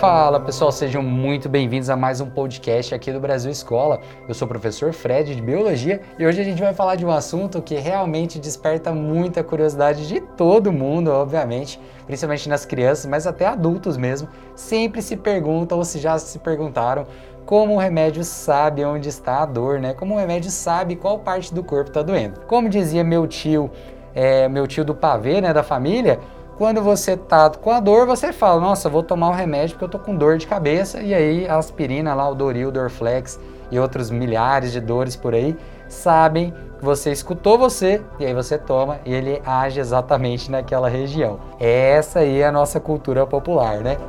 Fala pessoal, sejam muito bem-vindos a mais um podcast aqui do Brasil Escola. Eu sou o professor Fred de Biologia e hoje a gente vai falar de um assunto que realmente desperta muita curiosidade de todo mundo, obviamente, principalmente nas crianças, mas até adultos mesmo, sempre se perguntam ou se já se perguntaram como o remédio sabe onde está a dor, né? Como o remédio sabe qual parte do corpo está doendo. Como dizia meu tio do pavê, né, da família, quando você tá com a dor, você fala, nossa, vou tomar um remédio porque eu tô com dor de cabeça, e aí a aspirina lá, o Doril, Dorflex e outros milhares de dores por aí, sabem que você escutou você, e aí você toma e ele age exatamente naquela região. Essa aí é a nossa cultura popular, né?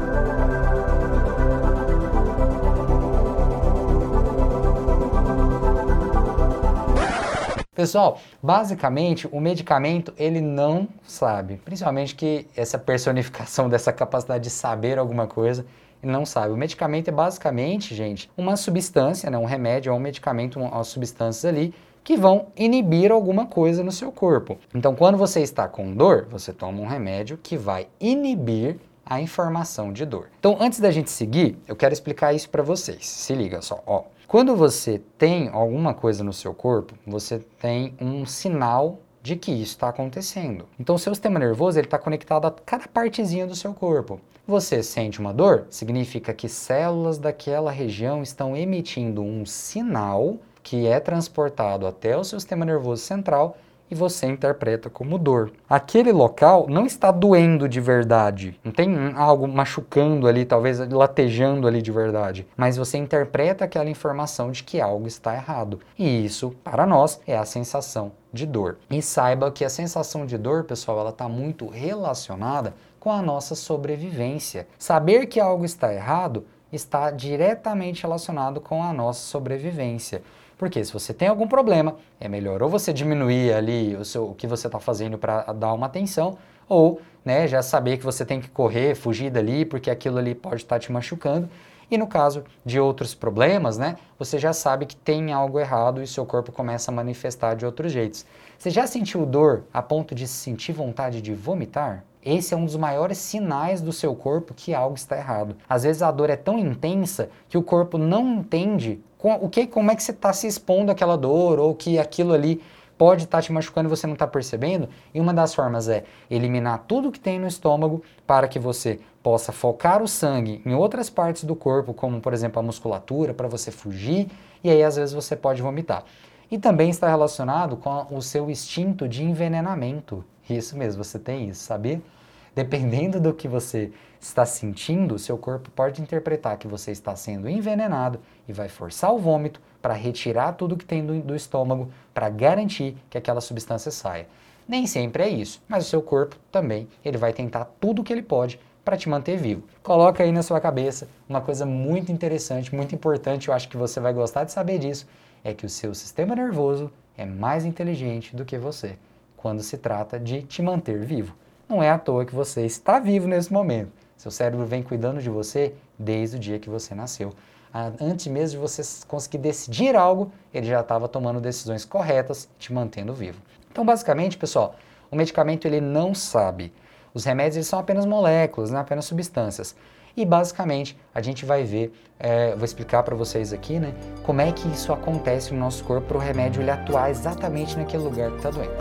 Pessoal, basicamente o medicamento ele não sabe, principalmente que essa personificação dessa capacidade de saber alguma coisa, ele não sabe. O medicamento é basicamente, gente, uma substância, né, um remédio ou um medicamento, umas substâncias ali que vão inibir alguma coisa no seu corpo. Então, quando você está com dor, você toma um remédio que vai inibir a informação de dor. Então, antes da gente seguir, eu quero explicar isso para vocês. Se liga só, ó. Quando você tem alguma coisa no seu corpo, você tem um sinal de que isso está acontecendo. Então, o seu sistema nervoso está conectado a cada partezinha do seu corpo. Você sente uma dor, significa que células daquela região estão emitindo um sinal que é transportado até o seu sistema nervoso central e você interpreta como dor. Aquele local não está doendo de verdade, não tem algo machucando ali, talvez latejando ali de verdade, mas você interpreta aquela informação de que algo está errado. E isso, para nós, é a sensação de dor. E saiba que a sensação de dor, pessoal, ela está muito relacionada com a nossa sobrevivência. Saber que algo está errado está diretamente relacionado com a nossa sobrevivência. Porque se você tem algum problema, é melhor ou você diminuir ali o que você está fazendo para dar uma atenção, ou né, já saber que você tem que correr, fugir dali, porque aquilo ali pode estar te machucando. E no caso de outros problemas, né, você já sabe que tem algo errado e seu corpo começa a manifestar de outros jeitos. Você já sentiu dor a ponto de sentir vontade de vomitar? Esse é um dos maiores sinais do seu corpo que algo está errado. Às vezes a dor é tão intensa que o corpo não entende como é que você está se expondo àquela dor ou que aquilo ali pode estar te machucando e você não está percebendo. E uma das formas é eliminar tudo que tem no estômago para que você possa focar o sangue em outras partes do corpo, como por exemplo a musculatura, para você fugir, e aí às vezes você pode vomitar. E também está relacionado com o seu instinto de envenenamento. Isso mesmo, você tem isso, sabia? Dependendo do que você está sentindo, o seu corpo pode interpretar que você está sendo envenenado e vai forçar o vômito para retirar tudo que tem do estômago para garantir que aquela substância saia. Nem sempre é isso, mas o seu corpo também, ele vai tentar tudo o que ele pode para te manter vivo. Coloca aí na sua cabeça uma coisa muito interessante, muito importante, eu acho que você vai gostar de saber disso, é que o seu sistema nervoso é mais inteligente do que você quando se trata de te manter vivo. Não é à toa que você está vivo nesse momento. Seu cérebro vem cuidando de você desde o dia que você nasceu. Antes mesmo de você conseguir decidir algo, ele já estava tomando decisões corretas, te mantendo vivo. Então, basicamente, pessoal, o medicamento ele não sabe. Os remédios eles são apenas moléculas, não apenas substâncias. E basicamente a gente vai ver, vou explicar para vocês aqui, né, como é que isso acontece no nosso corpo para o remédio ele atuar exatamente naquele lugar que está doendo.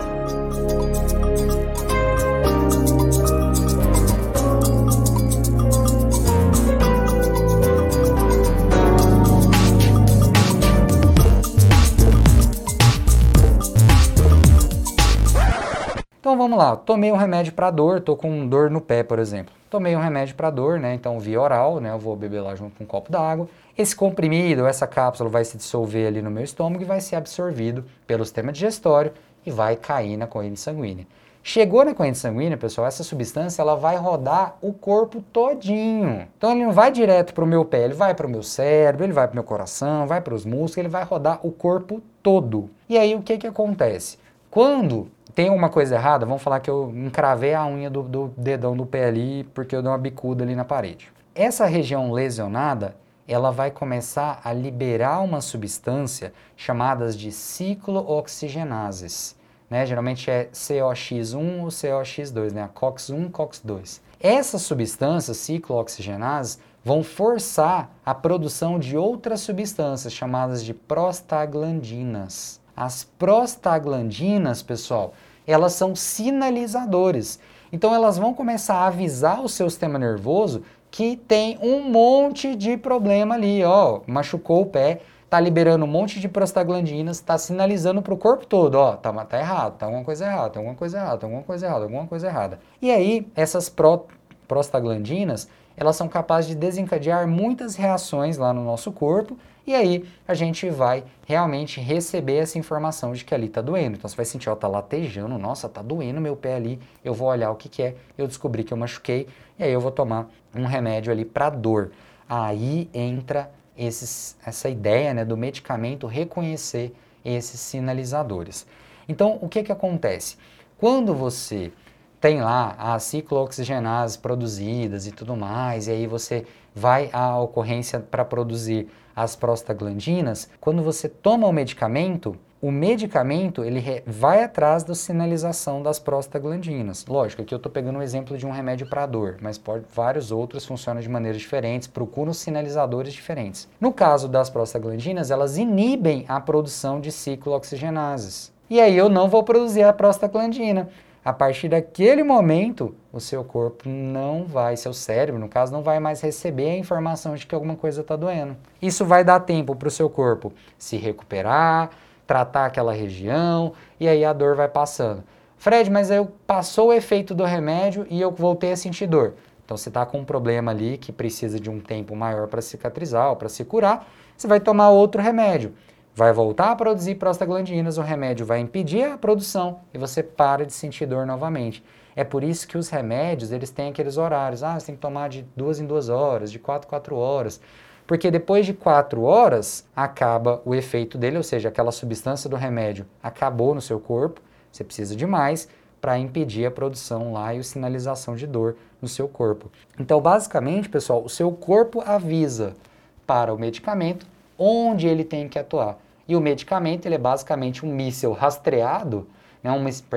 Então vamos lá, tomei um remédio para dor, tô com dor no pé, por exemplo. Tomei um remédio para dor, né? Então via oral, né? Eu vou beber lá junto com um copo d'água. Esse comprimido, essa cápsula vai se dissolver ali no meu estômago e vai ser absorvido pelo sistema digestório e vai cair na corrente sanguínea. Chegou na corrente sanguínea, pessoal, essa substância ela vai rodar o corpo todinho. Então ele não vai direto para o meu pé, ele vai para o meu cérebro, ele vai para o meu coração, vai para os músculos, ele vai rodar o corpo todo. E aí o que acontece? Quando tem alguma coisa errada, vamos falar que eu encravei a unha do dedão do pé ali porque eu dei uma bicuda ali na parede. Essa região lesionada, ela vai começar a liberar uma substância chamadas de ciclooxigenases. Né? Geralmente é COX1 ou COX2, né? A COX1, COX2. Essas substâncias ciclooxigenases vão forçar a produção de outras substâncias chamadas de prostaglandinas. As prostaglandinas, pessoal, elas são sinalizadores. Então elas vão começar a avisar o seu sistema nervoso que tem um monte de problema ali, ó, machucou o pé, tá liberando um monte de prostaglandinas, tá sinalizando para o corpo todo, ó, tá errado, tá alguma coisa errada, tem alguma coisa errada, tem alguma coisa errada, alguma coisa errada. E aí, essas prostaglandinas, elas são capazes de desencadear muitas reações lá no nosso corpo, e aí a gente vai realmente receber essa informação de que ali tá doendo. Então você vai sentir, ó, tá latejando, nossa, tá doendo meu pé ali, eu vou olhar o que que é, eu descobri que eu machuquei, e aí eu vou tomar um remédio ali para dor. Aí entra essa ideia, né, do medicamento reconhecer esses sinalizadores. Então, o que que acontece? Quando você tem lá as ciclooxigenases produzidas e tudo mais, e aí você vai à ocorrência para produzir as prostaglandinas, quando você toma o medicamento ele vai atrás da sinalização das prostaglandinas. Lógico, aqui eu estou pegando um exemplo de um remédio para dor, mas vários outros funcionam de maneiras diferentes, procuram sinalizadores diferentes. No caso das prostaglandinas, elas inibem a produção de ciclooxigenases. E aí eu não vou produzir a prostaglandina. A partir daquele momento, o seu corpo seu cérebro, no caso, não vai mais receber a informação de que alguma coisa está doendo. Isso vai dar tempo para o seu corpo se recuperar, tratar aquela região, e aí a dor vai passando. Fred, mas aí passou o efeito do remédio e eu voltei a sentir dor. Então você está com um problema ali que precisa de um tempo maior para cicatrizar ou para se curar, você vai tomar outro remédio. Vai voltar a produzir prostaglandinas, o remédio vai impedir a produção e você para de sentir dor novamente. É por isso que os remédios, eles têm aqueles horários. Você tem que tomar de 2 em 2 horas, de 4 em 4 horas. Porque depois de 4 horas, acaba o efeito dele, ou seja, aquela substância do remédio acabou no seu corpo, você precisa de mais para impedir a produção lá e a sinalização de dor no seu corpo. Então, basicamente, pessoal, o seu corpo avisa para o medicamento onde ele tem que atuar. E o medicamento, ele é basicamente um míssil rastreado, né,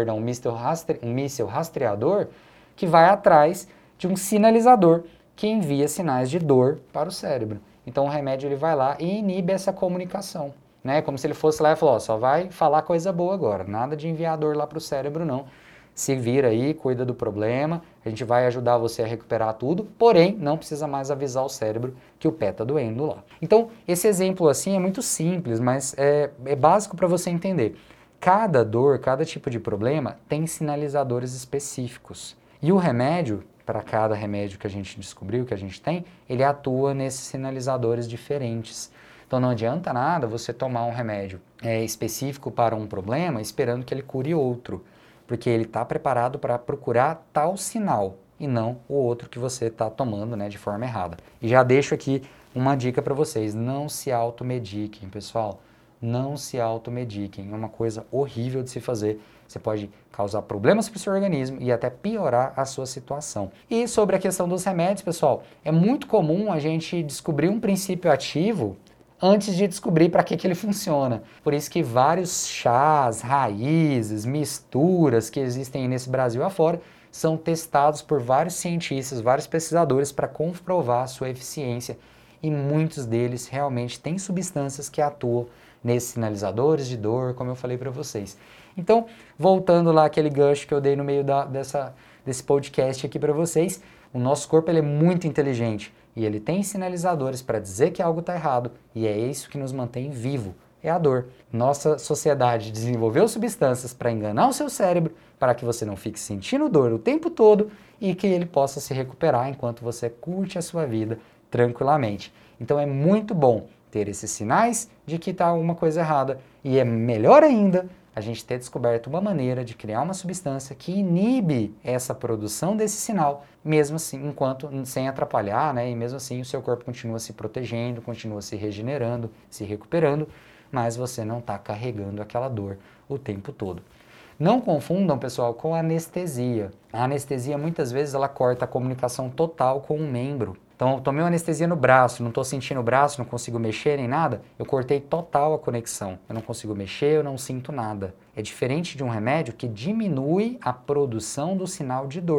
um míssil rastreador que vai atrás de um sinalizador que envia sinais de dor para o cérebro. Então o remédio ele vai lá e inibe essa comunicação, né? Como se ele fosse lá e falou, ó, só vai falar coisa boa agora, nada de enviar dor lá para o cérebro não. Se vira aí, cuida do problema, a gente vai ajudar você a recuperar tudo, porém não precisa mais avisar o cérebro que o pé está doendo lá. Então esse exemplo assim é muito simples, mas é básico para você entender. Cada dor, cada tipo de problema tem sinalizadores específicos. E o remédio, para cada remédio que a gente descobriu, que a gente tem, ele atua nesses sinalizadores diferentes. Então não adianta nada você tomar um remédio específico para um problema esperando que ele cure outro, porque ele está preparado para procurar tal sinal e não o outro que você está tomando, né, de forma errada. E já deixo aqui uma dica para vocês, não se automediquem, pessoal. Não se automediquem, é uma coisa horrível de se fazer. Você pode causar problemas para o seu organismo e até piorar a sua situação. E sobre a questão dos remédios, pessoal, é muito comum a gente descobrir um princípio ativo antes de descobrir para que ele funciona. Por isso que vários chás, raízes, misturas que existem nesse Brasil afora são testados por vários cientistas, vários pesquisadores para comprovar a sua eficiência e muitos deles realmente têm substâncias que atuam nesses sinalizadores de dor, como eu falei para vocês. Então, voltando lá aquele gancho que eu dei no meio desse podcast aqui para vocês, o nosso corpo ele é muito inteligente e ele tem sinalizadores para dizer que algo está errado e é isso que nos mantém vivo, é a dor. Nossa sociedade desenvolveu substâncias para enganar o seu cérebro, para que você não fique sentindo dor o tempo todo e que ele possa se recuperar enquanto você curte a sua vida tranquilamente. Então é muito bom ter esses sinais de que está alguma coisa errada e é melhor ainda a gente ter descoberto uma maneira de criar uma substância que inibe essa produção desse sinal, mesmo assim, sem atrapalhar, né? E mesmo assim o seu corpo continua se protegendo, continua se regenerando, se recuperando, mas você não está carregando aquela dor o tempo todo. Não confundam, pessoal, com anestesia. A anestesia muitas vezes ela corta a comunicação total com um membro. Então, eu tomei uma anestesia no braço, não estou sentindo o braço, não consigo mexer nem nada, eu cortei total a conexão. Eu não consigo mexer, eu não sinto nada. É diferente de um remédio que diminui a produção do sinal de dor.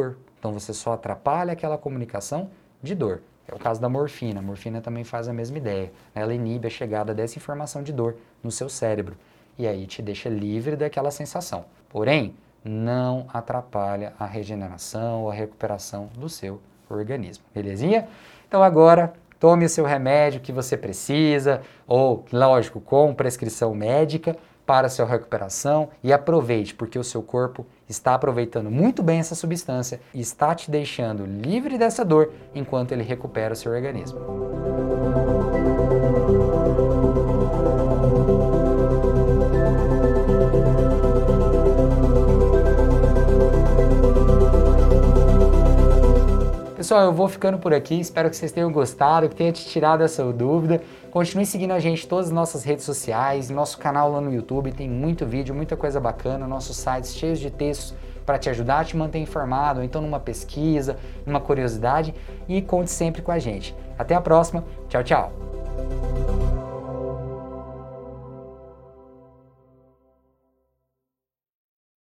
Então você só atrapalha aquela comunicação de dor. É o caso da morfina. A morfina também faz a mesma ideia. Ela inibe a chegada dessa informação de dor no seu cérebro e aí te deixa livre daquela sensação. Porém, não atrapalha a regeneração ou a recuperação do seu organismo. Belezinha? Então agora tome o seu remédio que você precisa, ou, lógico, com prescrição médica para a sua recuperação e aproveite, porque o seu corpo está aproveitando muito bem essa substância e está te deixando livre dessa dor enquanto ele recupera o seu organismo. Pessoal, eu vou ficando por aqui, espero que vocês tenham gostado, que tenha te tirado essa dúvida. Continue seguindo a gente em todas as nossas redes sociais, nosso canal lá no YouTube, tem muito vídeo, muita coisa bacana, nossos sites cheios de textos para te ajudar a te manter informado, ou então numa pesquisa, numa curiosidade, e conte sempre com a gente. Até a próxima, tchau, tchau!